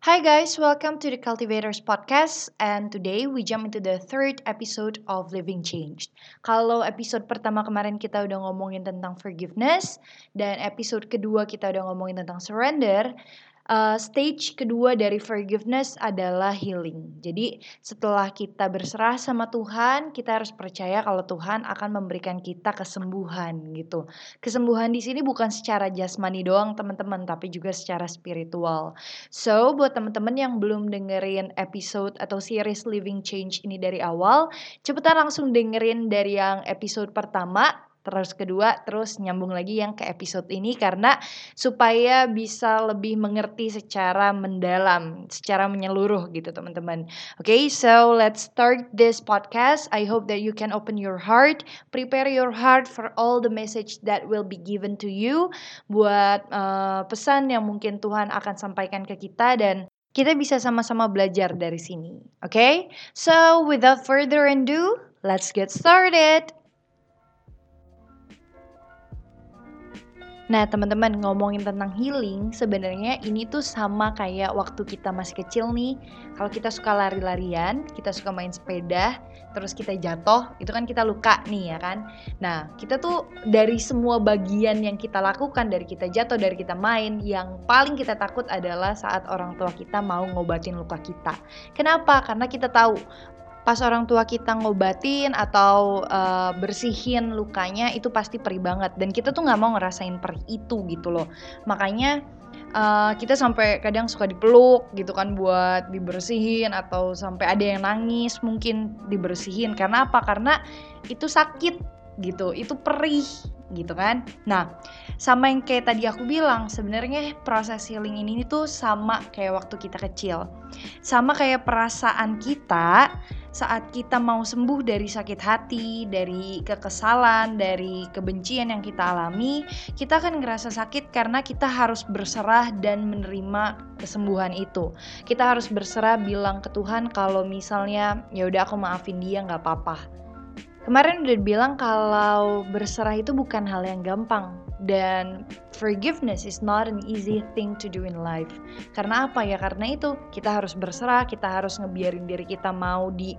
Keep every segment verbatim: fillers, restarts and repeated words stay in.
Hi guys, welcome to the Cultivators Podcast, and today we jump into the third episode of Living Changed. Kalau episode pertama kemarin kita udah ngomongin tentang forgiveness, dan episode kedua kita udah ngomongin tentang surrender, uh, stage kedua dari forgiveness adalah healing. Jadi setelah kita berserah sama Tuhan, kita harus percaya kalau Tuhan akan memberikan kita kesembuhan gitu. Kesembuhan di sini bukan secara jasmani doang teman-teman, tapi juga secara spiritual. So, buat teman-teman yang belum dengerin episode atau series Living Change ini dari awal, cepetan langsung dengerin dari yang episode pertama, terus kedua, terus nyambung lagi yang ke episode ini karena supaya bisa lebih mengerti secara mendalam, secara menyeluruh gitu teman-teman. Okay, so let's start this podcast. I hope that you can open your heart, prepare your heart for all the message that will be given to you, buat uh, pesan yang mungkin Tuhan akan sampaikan ke kita dan kita bisa sama-sama belajar dari sini. Okay? So, without further ado, let's get started. Nah teman-teman, ngomongin tentang healing, sebenarnya ini tuh sama kayak waktu kita masih kecil nih. Kalau kita suka lari-larian, kita suka main sepeda, terus kita jatuh, itu kan kita luka nih ya kan. Nah kita tuh dari semua bagian yang kita lakukan, dari kita jatuh, dari kita main, yang paling kita takut adalah saat orang tua kita mau ngobatin luka kita. Kenapa? Karena kita tahu pas orang tua kita ngobatin atau uh, bersihin lukanya itu pasti perih banget dan kita tuh nggak mau ngerasain perih itu gitu loh. Makanya uh, kita sampai kadang suka dipeluk gitu kan buat dibersihin atau sampai ada yang nangis mungkin dibersihin. Karena apa? Karena itu sakit gitu, itu perih gitu kan. Nah sama yang kayak tadi aku bilang, sebenarnya proses healing ini tuh sama kayak waktu kita kecil, sama kayak perasaan kita saat kita mau sembuh dari sakit hati, dari kekesalan, dari kebencian yang kita alami. Kita akan ngerasa sakit karena kita harus berserah dan menerima kesembuhan itu. Kita harus berserah bilang ke Tuhan kalau misalnya ya udah aku maafin dia, nggak apa-apa. Kemarin udah bilang kalau berserah itu bukan hal yang gampang dan forgiveness is not an easy thing to do in life. Karena apa ya? Karena itu kita harus berserah, kita harus ngebiarin diri kita mau di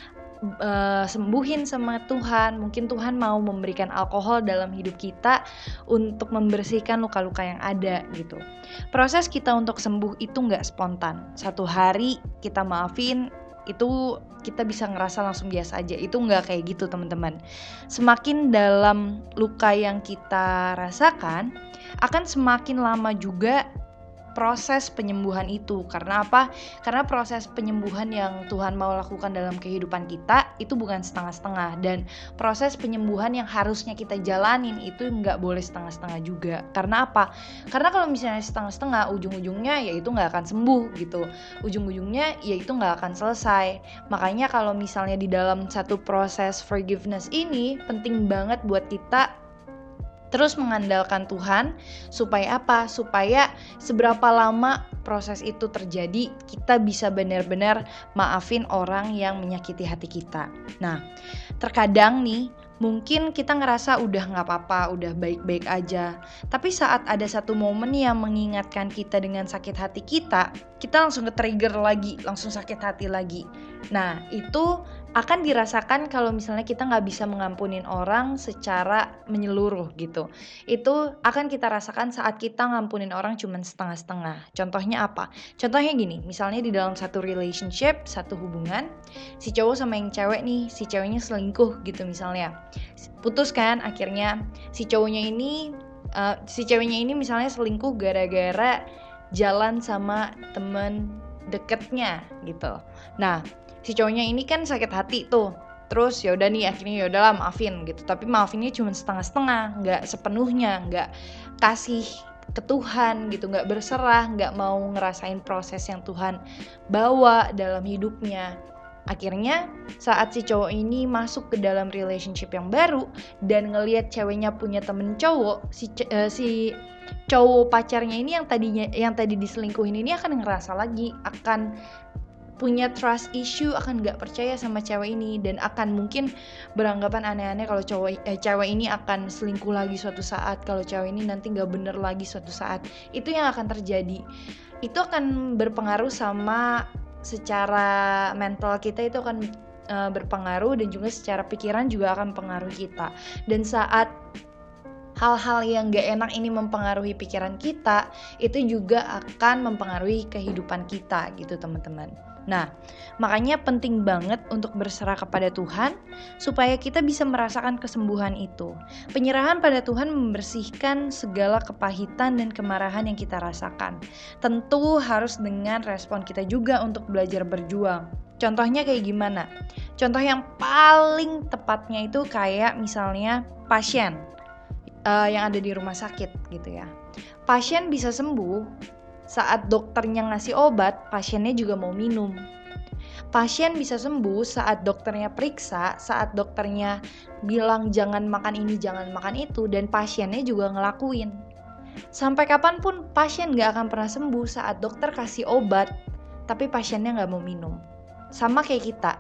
uh, sembuhin sama Tuhan. Mungkin Tuhan mau memberikan alkohol dalam hidup kita untuk membersihkan luka-luka yang ada gitu. Proses kita untuk sembuh itu nggak spontan. Satu hari kita maafin, itu kita bisa ngerasa langsung biasa aja. Itu nggak kayak gitu teman-teman. Semakin dalam luka yang kita rasakan, akan semakin lama juga proses penyembuhan itu. Karena apa? Karena proses penyembuhan yang Tuhan mau lakukan dalam kehidupan kita itu bukan setengah-setengah, dan proses penyembuhan yang harusnya kita jalanin itu nggak boleh setengah-setengah juga. Karena apa? Karena kalau misalnya setengah-setengah, ujung-ujungnya ya itu nggak akan sembuh gitu. Ujung-ujungnya ya itu nggak akan selesai. Makanya kalau misalnya di dalam satu proses forgiveness ini penting banget buat kita terus mengandalkan Tuhan. Supaya apa? Supaya seberapa lama proses itu terjadi, kita bisa benar-benar maafin orang yang menyakiti hati kita. Nah, terkadang nih, mungkin kita ngerasa udah gak apa-apa, udah baik-baik aja. Tapi saat ada satu momen yang mengingatkan kita dengan sakit hati kita, kita langsung ke-trigger lagi, langsung sakit hati lagi. Nah, itu akan dirasakan kalau misalnya kita gak bisa mengampunin orang secara menyeluruh gitu. Itu akan kita rasakan saat kita ngampunin orang cuman setengah-setengah. Contohnya apa? Contohnya gini, misalnya di dalam satu relationship, satu hubungan, si cowok sama yang cewek nih, si ceweknya selingkuh gitu misalnya. Putus kan akhirnya, si cowoknya ini, uh, si ceweknya ini misalnya selingkuh gara-gara jalan sama temen deketnya gitu. Nah, si cowoknya ini kan sakit hati tuh. Terus ya udah nih akhirnya ya udahlah maafin gitu. Tapi maafinnya cuma setengah-setengah, nggak sepenuhnya, nggak kasih ke Tuhan gitu, nggak berserah, nggak mau ngerasain proses yang Tuhan bawa dalam hidupnya. Akhirnya saat si cowok ini masuk ke dalam relationship yang baru dan ngelihat ceweknya punya temen cowok, si uh, si cowok pacarnya ini yang tadinya yang tadi diselingkuhin ini akan ngerasa lagi, akan punya trust issue, akan nggak percaya sama cewek ini dan akan mungkin beranggapan aneh-aneh kalau cowok eh, cewek ini akan selingkuh lagi suatu saat, kalau cewek ini nanti nggak bener lagi suatu saat. Itu yang akan terjadi. itu akan berpengaruh sama secara mental kita, itu akan uh, berpengaruh, dan juga secara pikiran juga akan mempengaruhi kita. Dan saat hal-hal yang gak enak ini mempengaruhi pikiran kita, itu juga akan mempengaruhi kehidupan kita gitu teman-teman. Nah, makanya penting banget untuk berserah kepada Tuhan supaya kita bisa merasakan kesembuhan itu. Penyerahan pada Tuhan membersihkan segala kepahitan dan kemarahan yang kita rasakan. Tentu harus dengan respon kita juga untuk belajar berjuang. Contohnya kayak gimana? Contoh yang paling tepatnya itu kayak misalnya pasien uh, yang ada di rumah sakit gitu ya. Pasien bisa sembuh saat dokternya ngasih obat, pasiennya juga mau minum. Pasien bisa sembuh saat dokternya periksa, saat dokternya bilang jangan makan ini, jangan makan itu, dan pasiennya juga ngelakuin. Sampai kapanpun pasien gak akan pernah sembuh saat dokter kasih obat, tapi pasiennya gak mau minum. Sama kayak kita.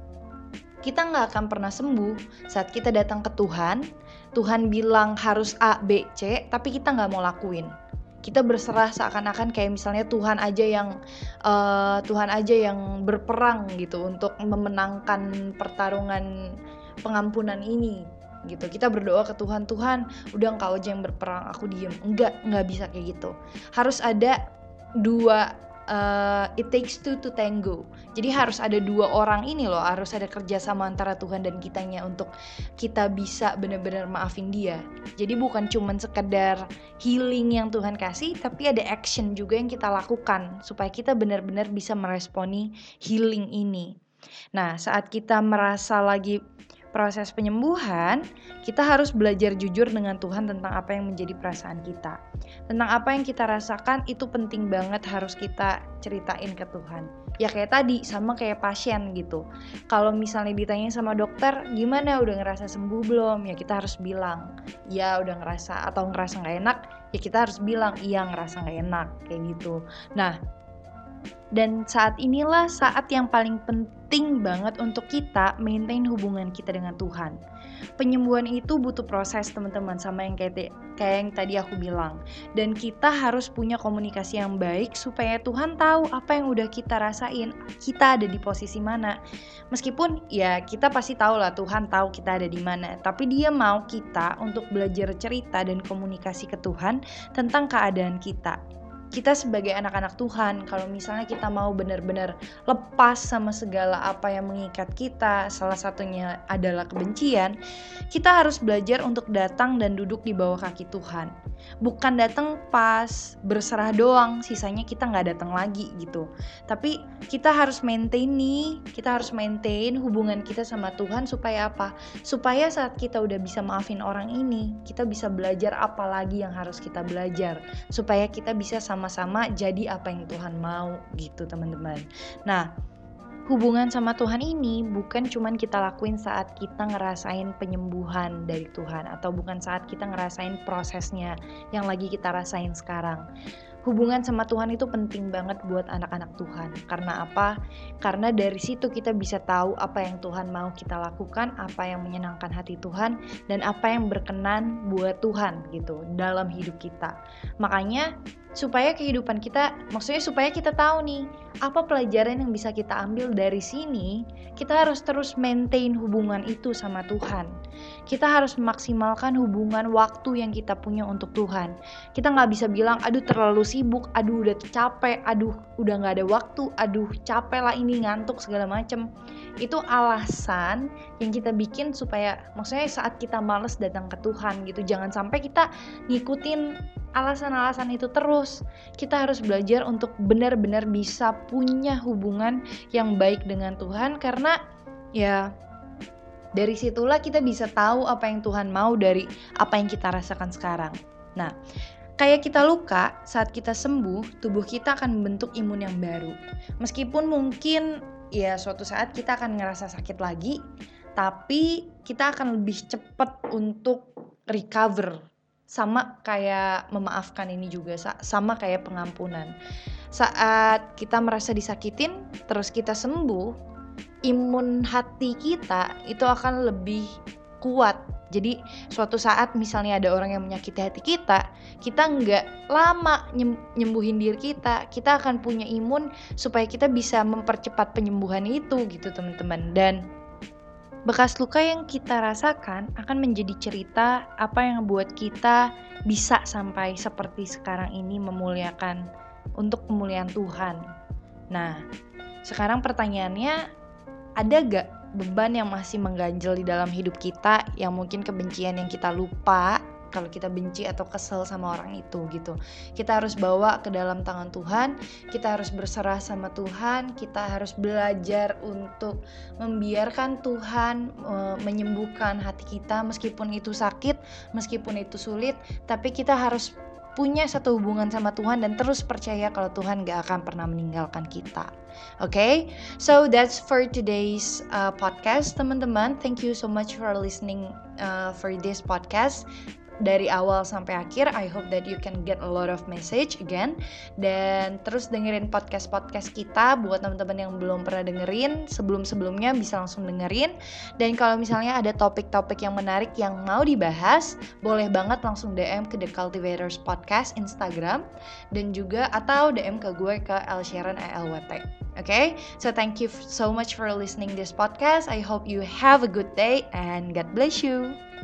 Kita gak akan pernah sembuh saat kita datang ke Tuhan, Tuhan bilang harus A, B, C, tapi kita gak mau lakuin. Kita berserah seakan-akan kayak misalnya Tuhan aja yang uh, Tuhan aja yang berperang gitu untuk memenangkan pertarungan pengampunan ini gitu. Kita berdoa ke Tuhan, Tuhan udah Engkau aja yang berperang, aku diem. Enggak, enggak bisa kayak gitu. Harus ada dua, uh, it takes two to tango. Jadi harus ada dua orang ini loh, harus ada kerjasama antara Tuhan dan kitanya untuk kita bisa benar-benar maafin dia. Jadi bukan cuman sekedar healing yang Tuhan kasih, tapi ada action juga yang kita lakukan supaya kita benar-benar bisa meresponi healing ini. Nah, saat kita merasa lagi proses penyembuhan, kita harus belajar jujur dengan Tuhan tentang apa yang menjadi perasaan kita. Tentang apa yang kita rasakan itu penting banget harus kita ceritain ke Tuhan. Ya kayak tadi, sama kayak pasien gitu. Kalau misalnya ditanya sama dokter, gimana udah ngerasa sembuh belum? Ya kita harus bilang, ya udah ngerasa, atau ngerasa gak enak, ya kita harus bilang, iya ngerasa gak enak, kayak gitu. Nah, dan saat inilah saat yang paling penting banget untuk kita maintain hubungan kita dengan Tuhan. Penyembuhan itu butuh proses teman-teman, sama yang kayak, kayak yang tadi aku bilang. Dan kita harus punya komunikasi yang baik supaya Tuhan tahu apa yang udah kita rasain, kita ada di posisi mana. Meskipun ya kita pasti tahu lah Tuhan tahu kita ada di mana, tapi Dia mau kita untuk belajar cerita dan komunikasi ke Tuhan tentang keadaan kita. Kita sebagai anak-anak Tuhan, kalau misalnya kita mau benar-benar lepas sama segala apa yang mengikat kita, salah satunya adalah kebencian, kita harus belajar untuk datang dan duduk di bawah kaki Tuhan. Bukan datang pas berserah doang, sisanya kita gak datang lagi gitu. Tapi kita harus maintain nih, kita harus maintain hubungan kita sama Tuhan supaya apa? Supaya saat kita udah bisa maafin orang ini, kita bisa belajar apa lagi yang harus kita belajar. Supaya kita bisa sama-sama jadi apa yang Tuhan mau gitu teman-teman. Nah, hubungan sama Tuhan ini bukan cuman kita lakuin saat kita ngerasain penyembuhan dari Tuhan, atau bukan saat kita ngerasain prosesnya yang lagi kita rasain sekarang. Hubungan sama Tuhan itu penting banget buat anak-anak Tuhan. Karena apa? Karena dari situ kita bisa tahu apa yang Tuhan mau kita lakukan, apa yang menyenangkan hati Tuhan, dan apa yang berkenan buat Tuhan gitu dalam hidup kita. Makanya supaya kehidupan kita, maksudnya supaya kita tahu nih apa pelajaran yang bisa kita ambil dari sini, kita harus terus maintain hubungan itu sama Tuhan. Kita harus memaksimalkan hubungan waktu yang kita punya untuk Tuhan. Kita nggak bisa bilang, aduh terlalu sibuk, aduh udah capek, aduh udah nggak ada waktu, aduh capek lah ini, ngantuk segala macem. Itu alasan yang kita bikin supaya, maksudnya saat kita males datang ke Tuhan gitu, jangan sampai kita ngikutin alasan-alasan itu terus. Kita harus belajar untuk benar-benar bisa punya hubungan yang baik dengan Tuhan, karena ya dari situlah kita bisa tahu apa yang Tuhan mau dari apa yang kita rasakan sekarang. Nah, kayak kita luka, saat kita sembuh, tubuh kita akan membentuk imun yang baru. Meskipun mungkin ya suatu saat kita akan ngerasa sakit lagi, tapi kita akan lebih cepat untuk recover. Sama kayak memaafkan ini juga, sama kayak pengampunan. Saat kita merasa disakitin, terus kita sembuh, imun hati kita itu akan lebih kuat Jadi suatu saat misalnya ada orang yang menyakiti hati kita, kita nggak lama nyembuhin diri kita, kita akan punya imun supaya kita bisa mempercepat penyembuhan itu gitu teman-teman. Dan bekas luka yang kita rasakan akan menjadi cerita apa yang membuat kita bisa sampai seperti sekarang ini memuliakan untuk kemuliaan Tuhan. Nah, sekarang pertanyaannya, ada gak beban yang masih mengganjal di dalam hidup kita, yang mungkin kebencian yang kita lupa kalau kita benci atau kesel sama orang itu gitu. Kita harus bawa ke dalam tangan Tuhan, kita harus berserah sama Tuhan, kita harus belajar untuk membiarkan Tuhan e, menyembuhkan hati kita meskipun itu sakit, meskipun itu sulit, tapi kita harus punya satu hubungan sama Tuhan dan terus percaya kalau Tuhan gak akan pernah meninggalkan kita. Oke, okay? So that's for today's uh, podcast, teman-teman. Thank you so much for listening uh, for this podcast. Dari awal sampai akhir, I hope that you can get a lot of message again. Dan terus dengerin podcast-podcast kita. Buat teman-teman yang belum pernah dengerin, sebelum-sebelumnya bisa langsung dengerin. Dan kalau misalnya ada topik-topik yang menarik yang mau dibahas, boleh banget langsung D M ke The Cultivators Podcast Instagram. Dan juga atau D M ke gue ke Elsharon E L W T. Okay, so thank you so much for listening this podcast. I hope you have a good day and God bless you.